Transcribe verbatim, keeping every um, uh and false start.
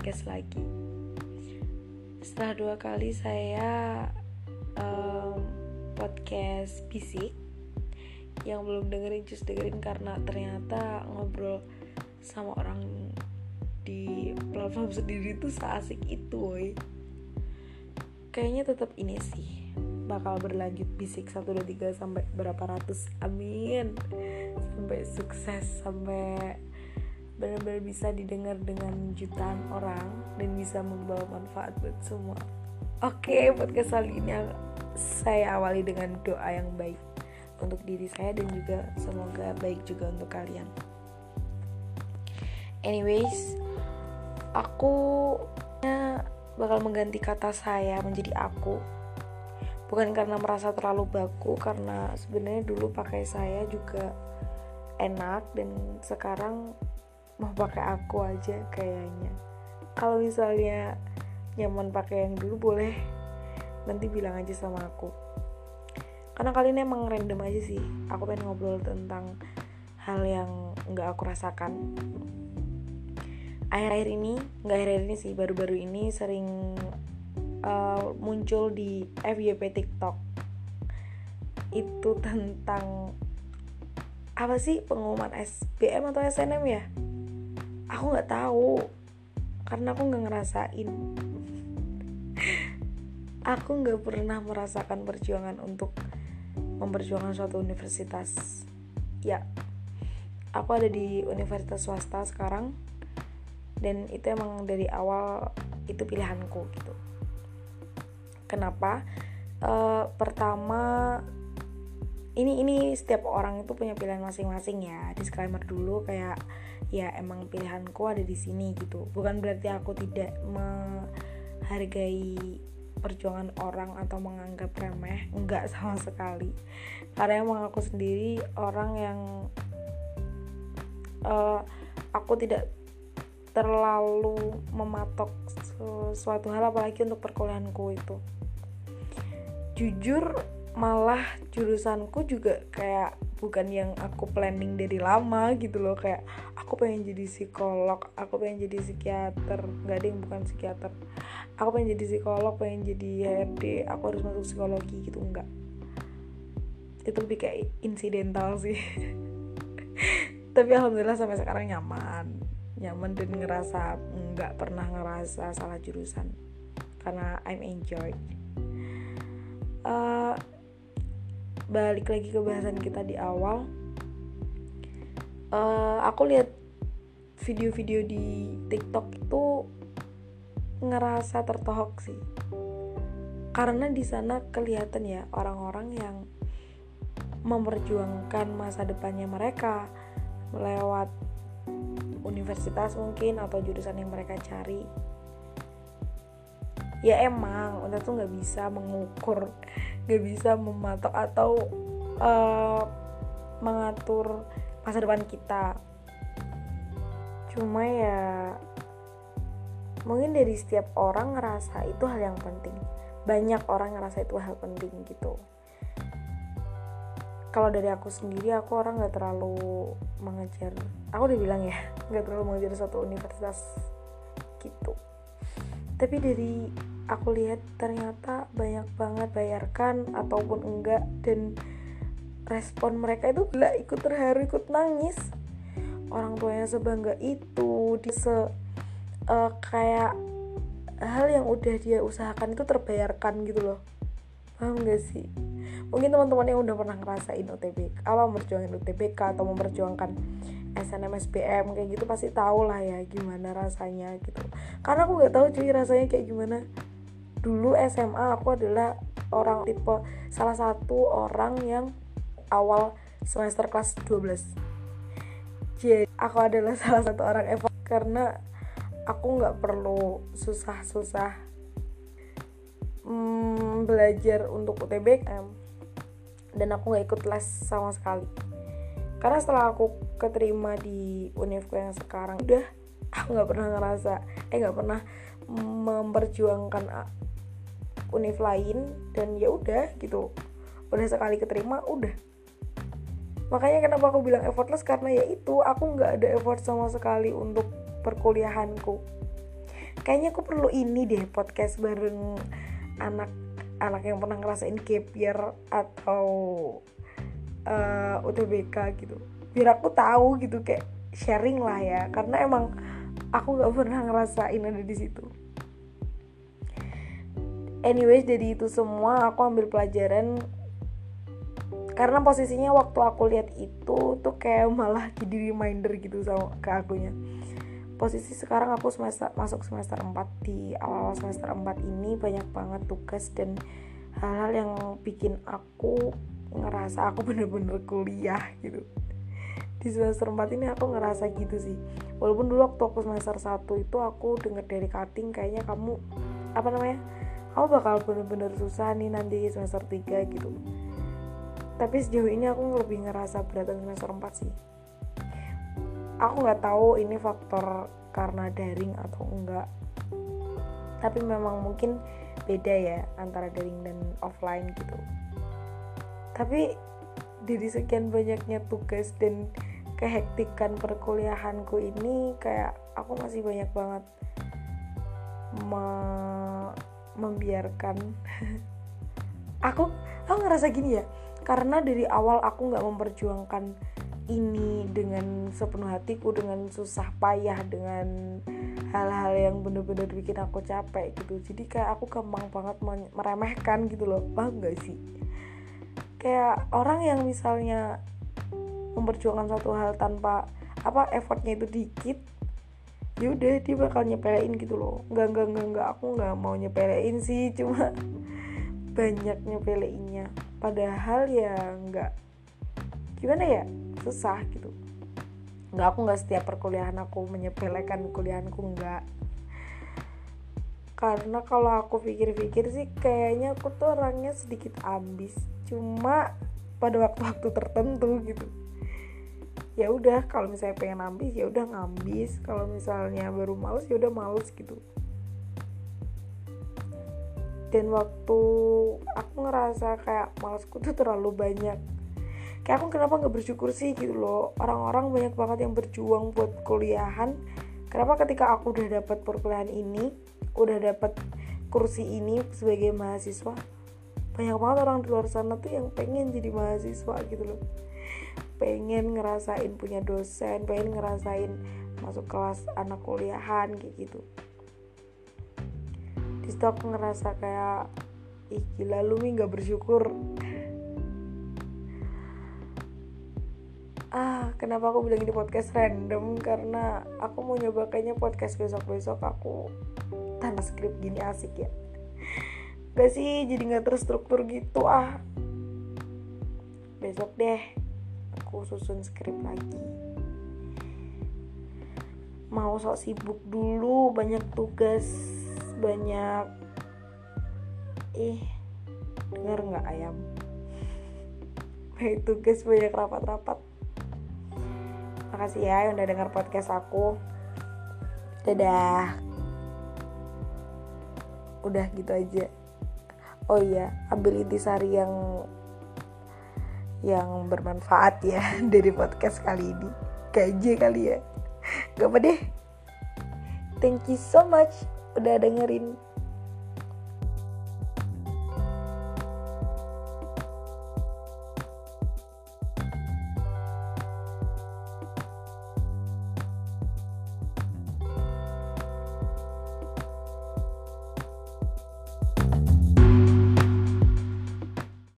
podcast lagi. Setelah dua kali saya um, podcast bisik, yang belum dengerin just dengerin karena ternyata ngobrol sama orang di platform sendiri tuh seasik itu woy. Kayaknya tetap ini sih bakal berlanjut bisik satu dua tiga sampai berapa ratus, amin, sampai sukses, sampai benar-benar bisa didengar dengan jutaan orang dan bisa membawa manfaat buat semua. Oke, podcast kali ini saya awali dengan doa yang baik untuk diri saya dan juga semoga baik juga untuk kalian. Anyways, aku bakal mengganti kata saya menjadi aku. Bukan karena merasa terlalu baku, karena sebenarnya dulu pakai saya juga enak dan sekarang mau pakai aku aja kayaknya. Kalau misalnya nyaman pakai yang dulu boleh nanti bilang aja sama aku. Karena kali ini emang random aja sih. Aku pengen ngobrol tentang hal yang nggak aku rasakan. Akhir-akhir ini, nggak akhir-akhir ini sih, baru-baru ini sering uh, muncul di F Y P TikTok. Itu tentang apa sih, pengumuman S B M atau S N M ya? Aku nggak tahu karena aku nggak ngerasain. Aku nggak pernah merasakan perjuangan untuk memperjuangkan suatu universitas. Ya, aku ada di universitas swasta sekarang dan itu emang dari awal itu pilihanku gitu. Kenapa? Uh, pertama, ini ini setiap orang itu punya pilihan masing-masing ya. Disclaimer dulu kayak ya emang pilihanku ada di sini gitu. Bukan berarti aku tidak menghargai perjuangan orang atau menganggap remeh, enggak sama sekali. Karena emang aku sendiri orang yang uh, aku tidak terlalu mematok sesuatu hal, apalagi untuk perkuliahanku itu. Jujur malah jurusanku juga kayak bukan yang aku planning dari lama gitu loh. Kayak aku pengen jadi psikolog, aku pengen jadi psikiater, nggak ada yang bukan psikiater. Aku pengen jadi psikolog, pengen jadi H R D, aku harus masuk psikologi gitu, enggak. Itu lebih kayak insidental sih. Tapi alhamdulillah sampai sekarang nyaman, nyaman dan ngerasa nggak pernah ngerasa salah jurusan karena I'm enjoyed. Uh, balik lagi ke bahasan kita di awal. Uh, aku lihat video-video di TikTok itu ngerasa tertohok sih, karena di sana kelihatan ya orang-orang yang memperjuangkan masa depannya mereka lewat universitas mungkin atau jurusan yang mereka cari. Ya emang kita tuh nggak bisa mengukur, nggak bisa mematok atau uh, mengatur masa depan kita. Cuma ya mungkin dari setiap orang ngerasa itu hal yang penting. Banyak orang ngerasa itu hal penting gitu. Kalau dari aku sendiri, aku orang nggak terlalu mengejar. Aku udah bilang ya, nggak terlalu mengejar satu universitas gitu. Tapi dari aku lihat ternyata banyak banget bayarkan ataupun enggak, dan respon mereka itu gila, ikut terharu, ikut nangis. Orang tuanya sebangga itu, di se uh, kayak hal yang udah dia usahakan itu terbayarkan gitu loh. Paham gak sih? Mungkin teman-teman yang udah pernah ngerasain U T B K, apa memperjuangkan U T B K atau memperjuangkan S N M S B M kayak gitu pasti tahu lah ya gimana rasanya gitu. Karena aku nggak tahu cuy rasanya kayak gimana. Dulu S M A aku adalah orang tipe salah satu orang yang awal semester kelas dua belas. Jadi aku adalah salah satu orang evaluasi karena aku nggak perlu susah-susah hmm, belajar untuk U T B K dan aku nggak ikut les sama sekali. Karena setelah aku keterima di univku yang sekarang, udah aku nggak pernah ngerasa, eh nggak pernah memperjuangkan univ lain, dan ya udah gitu, udah sekali keterima udah. Makanya kenapa aku bilang effortless, karena ya itu aku nggak ada effort sama sekali untuk perkuliahanku. kayaknya aku perlu ini deh, podcast bareng anak anak yang pernah ngerasain gap year atau uh, U T B K gitu, biar aku tahu gitu, kayak sharing lah ya, karena emang aku nggak pernah ngerasain ada di situ. Anyways, dari itu semua aku ambil pelajaran, karena posisinya waktu aku lihat itu tuh kayak malah jadi reminder gitu sama ke akunya. Posisi sekarang aku semester masuk semester empat, di awal semester empat ini banyak banget tugas dan hal-hal yang bikin aku ngerasa aku bener-bener kuliah gitu. Di semester empat ini aku ngerasa gitu sih. Walaupun dulu waktu aku semester satu itu aku denger dari cutting kayaknya kamu apa namanya? Kamu bakal bener-bener susah nih nanti semester tiga gitu. Tapi sejauh ini aku lebih ngerasa beratan semester empat sih. Aku nggak tahu ini faktor karena daring atau enggak, tapi memang mungkin beda ya antara daring dan offline gitu. Tapi dari sekian banyaknya tugas dan kehektikan perkuliahanku ini, kayak aku masih banyak banget me- membiarkan aku aku ngerasa gini ya, karena dari awal aku nggak memperjuangkan ini dengan sepenuh hatiku, dengan susah payah, dengan hal-hal yang bener-bener bikin aku capek gitu. Jadi kayak aku gampang banget meremehkan gitu loh, paham gak sih? Kayak orang yang misalnya memperjuangkan suatu hal tanpa apa effortnya itu dikit, ya udah dia bakal nyepelein gitu loh. Enggak enggak enggak enggak aku nggak mau nyepelein sih, cuma banyak nyepeleinnya. Padahal ya nggak, gimana ya, susah gitu. Nggak, aku nggak setiap perkuliahan aku menyepelekan kuliahanku, nggak. Karena kalau aku pikir-pikir sih kayaknya aku tuh orangnya sedikit ambis, cuma pada waktu-waktu tertentu gitu. Ya udah, kalau misalnya pengen ambis ya udah ngambis, kalau misalnya baru males ya udah males gitu. Dan waktu aku ngerasa kayak malesku tuh terlalu banyak, kayak aku kenapa gak bersyukur sih gitu loh. Orang-orang banyak banget yang berjuang buat kuliahan, kenapa ketika aku udah dapat perkuliahan ini, udah dapat kursi ini sebagai mahasiswa, banyak banget orang di luar sana tuh yang pengen jadi mahasiswa gitu loh, pengen ngerasain punya dosen, pengen ngerasain masuk kelas anak kuliahan kayak gitu. Di situ aku ngerasa kayak, ih gila lu Mi gak bersyukur. Ah, kenapa aku bilang ini podcast random? Karena aku mau nyoba kayaknya podcast besok-besok aku tanpa skrip gini asik ya. Gak sih, jadi gak terstruktur gitu ah. Besok deh aku susun skrip lagi. Mau sok sibuk dulu, banyak tugas, banyak ih denger gak ayam? Banyak tugas, banyak rapat-rapat. Makasih ya yang udah denger podcast aku. Dadah. Udah gitu aja. Oh iya, ambil intisari yang yang bermanfaat ya dari podcast kali ini. Gaje kali ya. Gak apa deh. Thank you so much udah dengerin.